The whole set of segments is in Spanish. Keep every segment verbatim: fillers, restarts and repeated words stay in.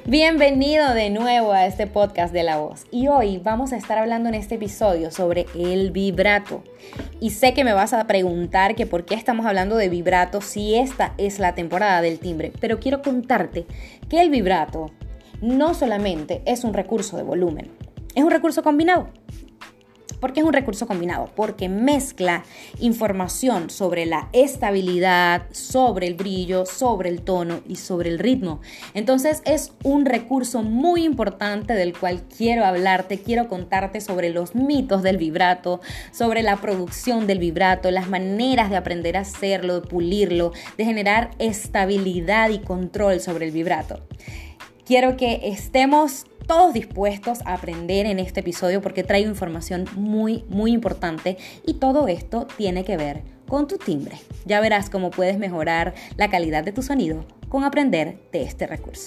Bienvenido de nuevo a este podcast de La Voz. Y hoy vamos a estar hablando en este episodio sobre el vibrato. Y sé que me vas a preguntar que por qué estamos hablando de vibrato si esta es la temporada del timbre. Pero quiero contarte que el vibrato no solamente es un recurso de volumen, es un recurso combinado. ¿Por qué es un recurso combinado? Porque mezcla información sobre la estabilidad, sobre el brillo, sobre el tono y sobre el ritmo. Entonces es un recurso muy importante del cual quiero hablarte, quiero contarte sobre los mitos del vibrato, sobre la producción del vibrato, las maneras de aprender a hacerlo, de pulirlo, de generar estabilidad y control sobre el vibrato. Quiero que estemos todos dispuestos a aprender en este episodio porque traigo información muy, muy importante y todo esto tiene que ver con tu timbre. Ya verás cómo puedes mejorar la calidad de tu sonido con aprender de este recurso.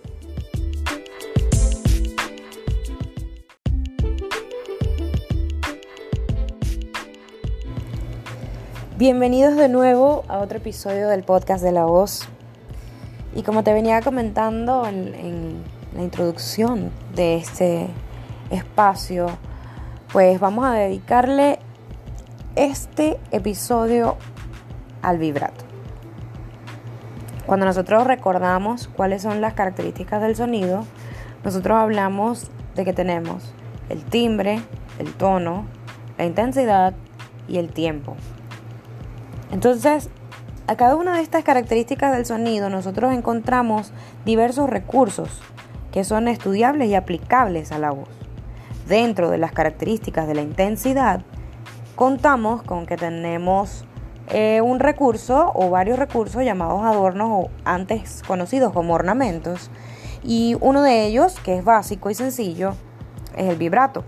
Bienvenidos de nuevo a otro episodio del podcast de La Voz. Y como te venía comentando en, en la introducción de este espacio, pues vamos a dedicarle este episodio al vibrato. Cuando nosotros recordamos cuáles son las características del sonido, nosotros hablamos de que tenemos el timbre, el tono, la intensidad y el tiempo. Entonces, a cada una de estas características del sonido nosotros encontramos diversos recursos que son estudiables y aplicables a la voz. Dentro de las características de la intensidad, contamos con que tenemos eh, un recurso o varios recursos llamados adornos o antes conocidos como ornamentos, y uno de ellos, que es básico y sencillo, es el vibrato.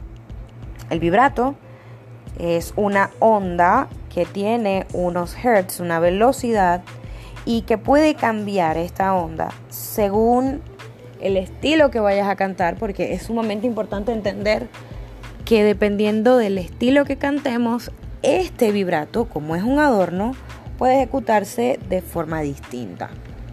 El vibrato es una onda que tiene unos hertz, una velocidad, y que puede cambiar esta onda según el estilo que vayas a cantar, porque es sumamente importante entender que dependiendo del estilo que cantemos, este vibrato, como es un adorno, puede ejecutarse de forma distinta.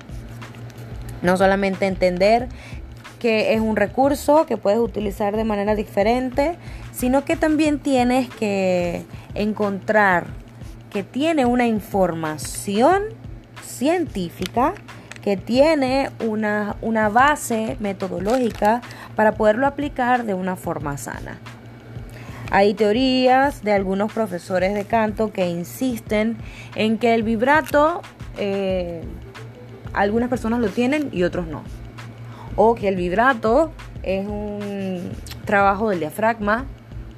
No solamente entender que es un recurso que puedes utilizar de manera diferente, sino que también tienes que encontrar que tiene una información científica, que tiene una, una base metodológica para poderlo aplicar de una forma sana. Hay teorías de algunos profesores de canto que insisten en que el vibrato, eh, algunas personas lo tienen y otros no. O que el vibrato es un trabajo del diafragma.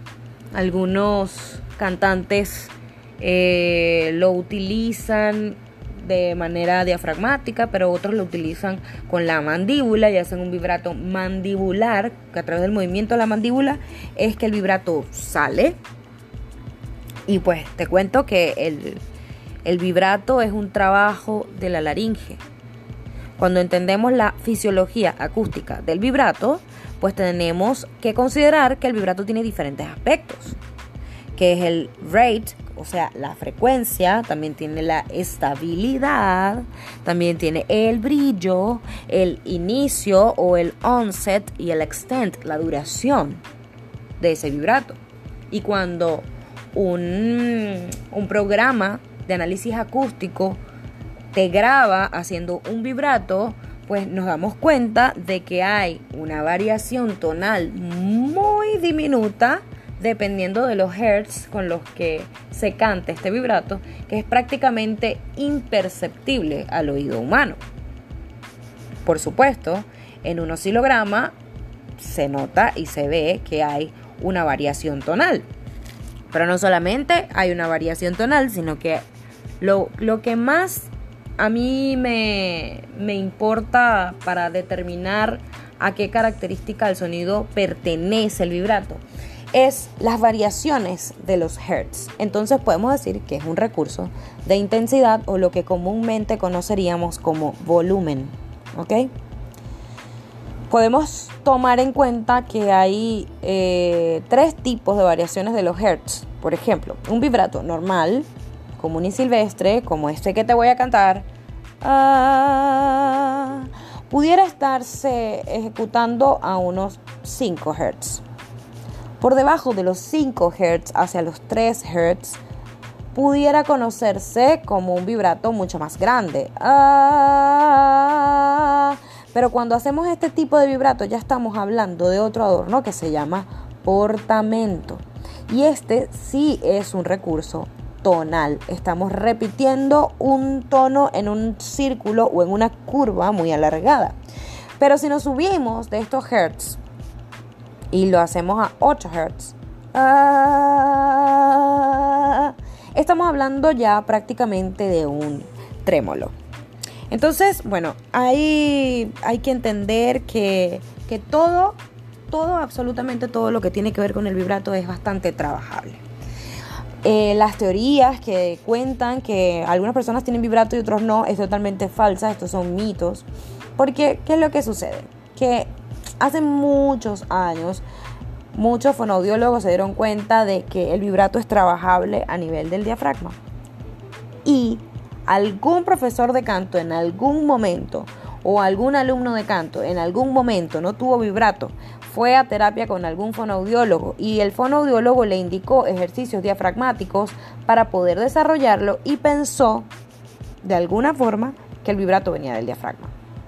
Algunos cantantes eh, lo utilizan de manera diafragmática, pero otros lo utilizan con la mandíbula y hacen un vibrato mandibular, que a través del movimiento de la mandíbula es que el vibrato sale. Y pues te cuento que el, el vibrato es un trabajo de la laringe. Cuando entendemos la fisiología acústica del vibrato, pues tenemos que considerar que el vibrato tiene diferentes aspectos, que es el rate, o sea, la frecuencia, también tiene la estabilidad, también tiene el brillo, el inicio o el onset y el extent, la duración de ese vibrato. Y cuando un, un programa de análisis acústico te graba haciendo un vibrato, pues nos damos cuenta de que hay una variación tonal muy diminuta dependiendo de los hertz con los que se canta este vibrato, que es prácticamente imperceptible al oído humano. Por supuesto, en un oscilograma se nota y se ve que hay una variación tonal. Pero no solamente hay una variación tonal, sino que lo, lo que más a mí me, me importa para determinar a qué característica del sonido pertenece el vibrato es las variaciones de los hertz. Entonces podemos decir que es un recurso de intensidad o lo que comúnmente conoceríamos como volumen, ¿ok? Podemos tomar en cuenta que hay eh, tres tipos de variaciones de los hertz. Por ejemplo, un vibrato normal, común y silvestre, como este que te voy a cantar. Ah, pudiera estarse ejecutando a unos cinco hertz. Por debajo de los cinco hertz hacia los tres hertz pudiera conocerse como un vibrato mucho más grande. Ah, pero cuando hacemos este tipo de vibrato ya estamos hablando de otro adorno que se llama portamento. Y este sí es un recurso tonal. Estamos repitiendo un tono en un círculo o en una curva muy alargada. Pero si nos subimos de estos hertz y lo hacemos a ocho hertz, ah, estamos hablando ya prácticamente de un trémolo. Entonces, bueno, hay, hay que entender que, que todo, todo, absolutamente todo lo que tiene que ver con el vibrato es bastante trabajable. Eh, las teorías que cuentan que algunas personas tienen vibrato y otros no es totalmente falsa. Estos son mitos. Porque, ¿qué es lo que sucede? Que hace muchos años muchos fonoaudiólogos se dieron cuenta de que el vibrato es trabajable a nivel del diafragma. Y algún profesor de canto en algún momento o algún alumno de canto en algún momento no tuvo vibrato, fue a terapia con algún fonoaudiólogo y el fonoaudiólogo le indicó ejercicios diafragmáticos para poder desarrollarlo y pensó de alguna forma que el vibrato venía del diafragma.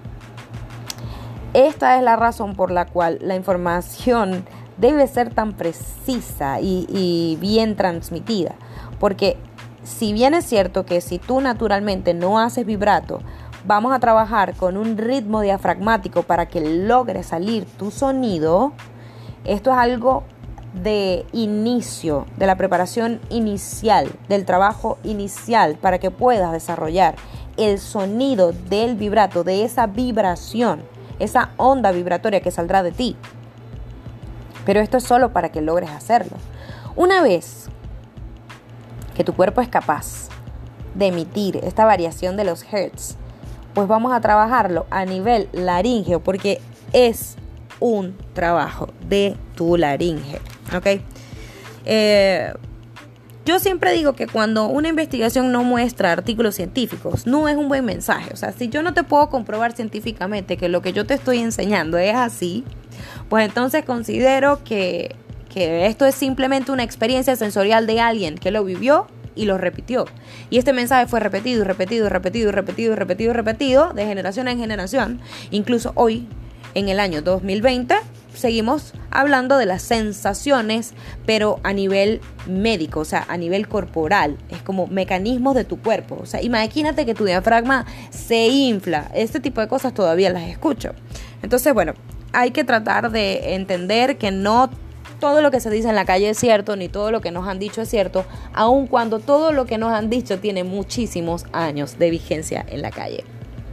Esta es la razón por la cual la información debe ser tan precisa y, y bien transmitida, porque si bien es cierto que si tú naturalmente no haces vibrato, vamos a trabajar con un ritmo diafragmático para que logre salir tu sonido. Esto es algo de inicio, de la preparación inicial, del trabajo inicial para que puedas desarrollar el sonido del vibrato, de esa vibración, esa onda vibratoria que saldrá de ti. Pero esto es solo para que logres hacerlo. Una vez que tu cuerpo es capaz de emitir esta variación de los hertz, pues vamos a trabajarlo a nivel laríngeo, porque es un trabajo de tu laringe, ¿ok? Eh, yo siempre digo que cuando una investigación no muestra artículos científicos, no es un buen mensaje. O sea, si yo no te puedo comprobar científicamente que lo que yo te estoy enseñando es así, pues entonces considero que, que esto es simplemente una experiencia sensorial de alguien que lo vivió y lo repitió. Y este mensaje fue repetido y repetido y repetido y repetido y repetido y repetido de generación en generación. Incluso hoy, en el año dos mil veinte, seguimos hablando de las sensaciones, pero a nivel médico, o sea, a nivel corporal. Es como mecanismos de tu cuerpo. O sea, imagínate que tu diafragma se infla. Este tipo de cosas todavía las escucho. Entonces, bueno, hay que tratar de entender que no todo lo que se dice en la calle es cierto, ni todo lo que nos han dicho es cierto, aun cuando todo lo que nos han dicho tiene muchísimos años de vigencia en la calle.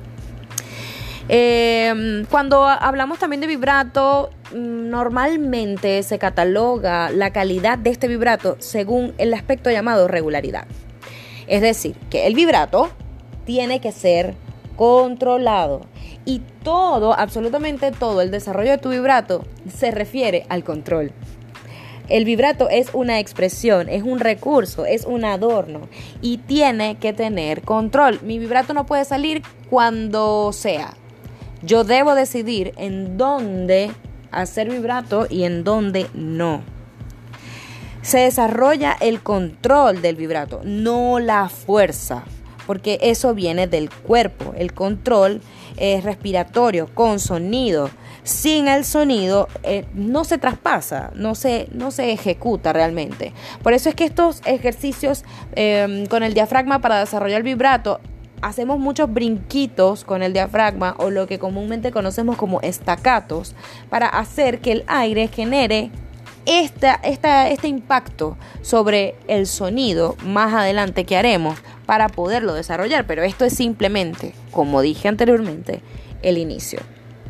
Eh, cuando hablamos también de vibrato, normalmente se cataloga la calidad de este vibrato según el aspecto llamado regularidad. Es decir, que el vibrato tiene que ser controlado. Y todo, absolutamente todo, el desarrollo de tu vibrato se refiere al control. El vibrato es una expresión, es un recurso, es un adorno y tiene que tener control. Mi vibrato no puede salir cuando sea. Yo debo decidir en dónde hacer vibrato y en dónde no. Se desarrolla el control del vibrato, no la fuerza, porque eso viene del cuerpo. El control es respiratorio, con sonido. Sin el sonido eh, no se traspasa, no se, no se ejecuta realmente. Por eso es que estos ejercicios eh, con el diafragma para desarrollar el vibrato, hacemos muchos brinquitos con el diafragma o lo que comúnmente conocemos como estacatos para hacer que el aire genere esta, esta, este impacto sobre el sonido más adelante que haremos para poderlo desarrollar. Pero esto es simplemente, como dije anteriormente, el inicio.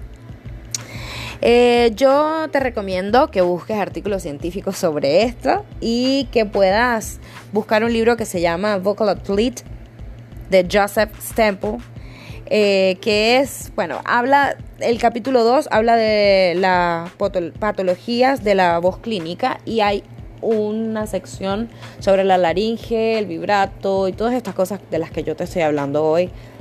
Eh, yo te recomiendo que busques artículos científicos sobre esto y que puedas buscar un libro que se llama Vocal Athlete de Joseph Stemple, eh, que es, bueno, habla, el capítulo dos habla de las patologías de la voz clínica y hay una sección sobre la laringe, el vibrato y todas estas cosas de las que yo te estoy hablando hoy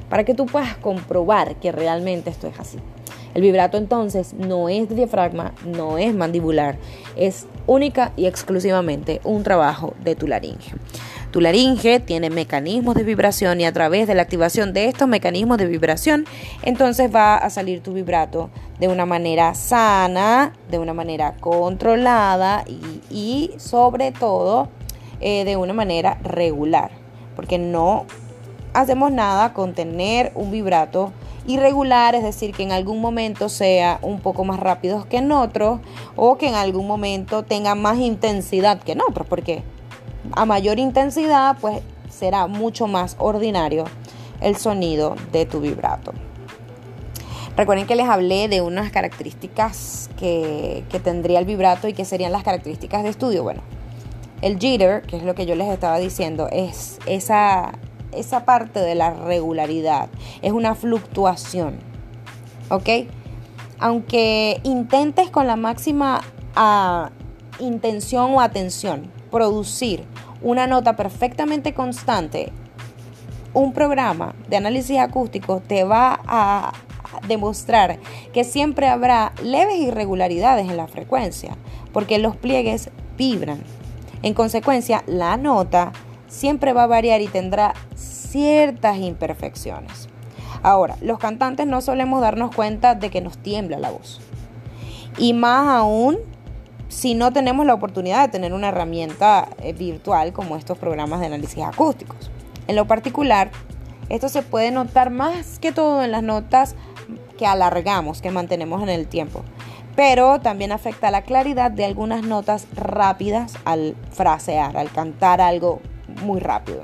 para que tú puedas comprobar que realmente esto es así. El vibrato entonces no es de diafragma, no es mandibular, es única y exclusivamente un trabajo de tu laringe. Tu laringe tiene mecanismos de vibración y a través de la activación de estos mecanismos de vibración, entonces va a salir tu vibrato de una manera sana, de una manera controlada y, y sobre todo eh, de una manera regular, porque no hacemos nada con tener un vibrato irregular, es decir, que en algún momento sea un poco más rápido que en otros o que en algún momento tenga más intensidad que en otros, porque a mayor intensidad pues será mucho más ordinario el sonido de tu vibrato. Recuerden que les hablé de unas características que, que tendría el vibrato y que serían las características de estudio. Bueno, el jitter, que es lo que yo les estaba diciendo, es esa, esa parte de la regularidad, es una fluctuación, ¿ok? Aunque intentes con la máxima uh, intención o atención producir una nota perfectamente constante, un programa de análisis acústico te va a demostrar que siempre habrá leves irregularidades en la frecuencia, porque los pliegues vibran. En consecuencia, la nota siempre va a variar y tendrá ciertas imperfecciones. Ahora, los cantantes no solemos darnos cuenta de que nos tiembla la voz. Y más aún si no tenemos la oportunidad de tener una herramienta eh, virtual como estos programas de análisis acústicos. En lo particular, esto se puede notar más que todo en las notas que alargamos, que mantenemos en el tiempo. Pero también afecta la claridad de algunas notas rápidas al frasear, al cantar algo muy rápido.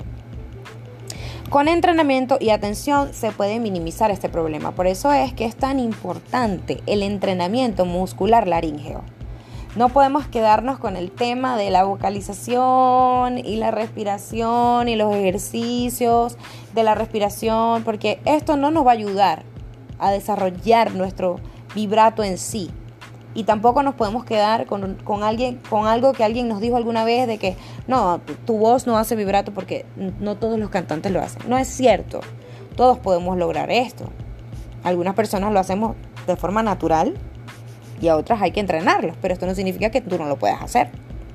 Con entrenamiento y atención se puede minimizar este problema. Por eso es que es tan importante el entrenamiento muscular laríngeo. No podemos quedarnos con el tema de la vocalización y la respiración y los ejercicios de la respiración, porque esto no nos va a ayudar a desarrollar nuestro vibrato en sí. Y tampoco nos podemos quedar con, con, alguien, con algo que alguien nos dijo alguna vez de que no, tu voz no hace vibrato porque no todos los cantantes lo hacen. No es cierto. Todos podemos lograr esto. Algunas personas lo hacemos de forma natural y a otras hay que entrenarlos, pero esto no significa que tú no lo puedas hacer.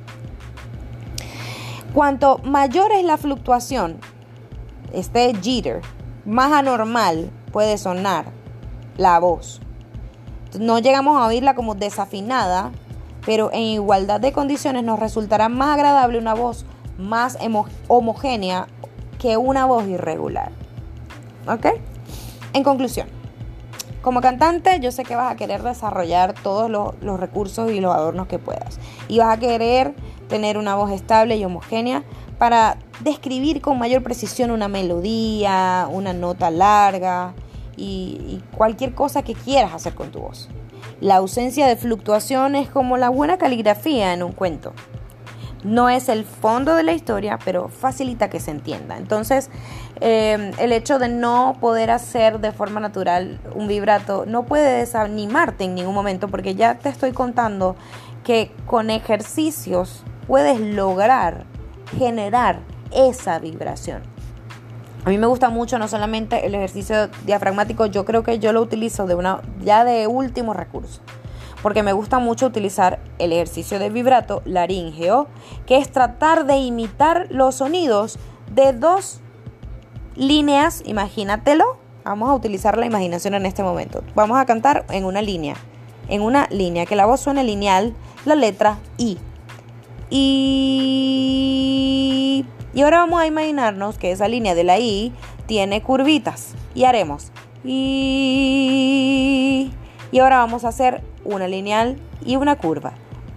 Cuanto mayor es la fluctuación, este jitter, más anormal puede sonar la voz. No llegamos a oírla como desafinada, pero en igualdad de condiciones nos resultará más agradable una voz más homogénea que una voz irregular. ¿Ok? En conclusión, como cantante, yo sé que vas a querer desarrollar todos los, los recursos y los adornos que puedas. Y vas a querer tener una voz estable y homogénea para describir con mayor precisión una melodía, una nota larga y, y cualquier cosa que quieras hacer con tu voz. La ausencia de fluctuación es como la buena caligrafía en un cuento. No es el fondo de la historia, pero facilita que se entienda. Entonces, eh, el hecho de no poder hacer de forma natural un vibrato no puede desanimarte en ningún momento, porque ya te estoy contando que con ejercicios puedes lograr generar esa vibración. A mí me gusta mucho no solamente el ejercicio diafragmático, yo creo que yo lo utilizo de una ya de último recurso. Porque me gusta mucho utilizar el ejercicio de vibrato laríngeo, que es tratar de imitar los sonidos de dos líneas. Imagínatelo. Vamos a utilizar la imaginación en este momento. Vamos a cantar en una línea. En una línea, que la voz suene lineal, la letra I. Y, y ahora vamos a imaginarnos que esa línea de la I tiene curvitas. Y haremos I. Y ahora vamos a hacer una lineal y una curva.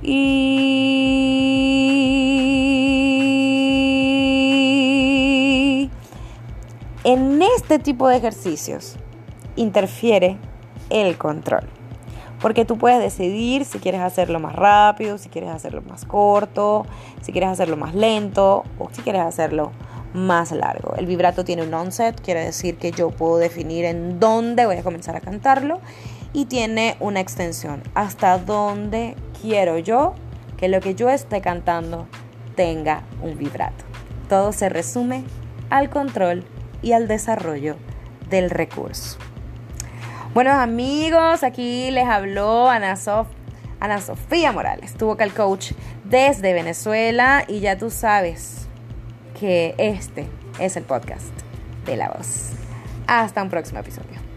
Y en este tipo de ejercicios interfiere el control. Porque tú puedes decidir si quieres hacerlo más rápido, si quieres hacerlo más corto, si quieres hacerlo más lento o si quieres hacerlo más largo. El vibrato tiene un onset, quiere decir que yo puedo definir en dónde voy a comenzar a cantarlo. Y tiene una extensión, hasta donde quiero yo que lo que yo esté cantando tenga un vibrato. Todo se resume al control y al desarrollo del recurso. Bueno, amigos, aquí les habló Ana, Sof- Ana Sofía Morales, tu vocal coach desde Venezuela, y ya tú sabes que este es el podcast de La Voz. Hasta un próximo episodio.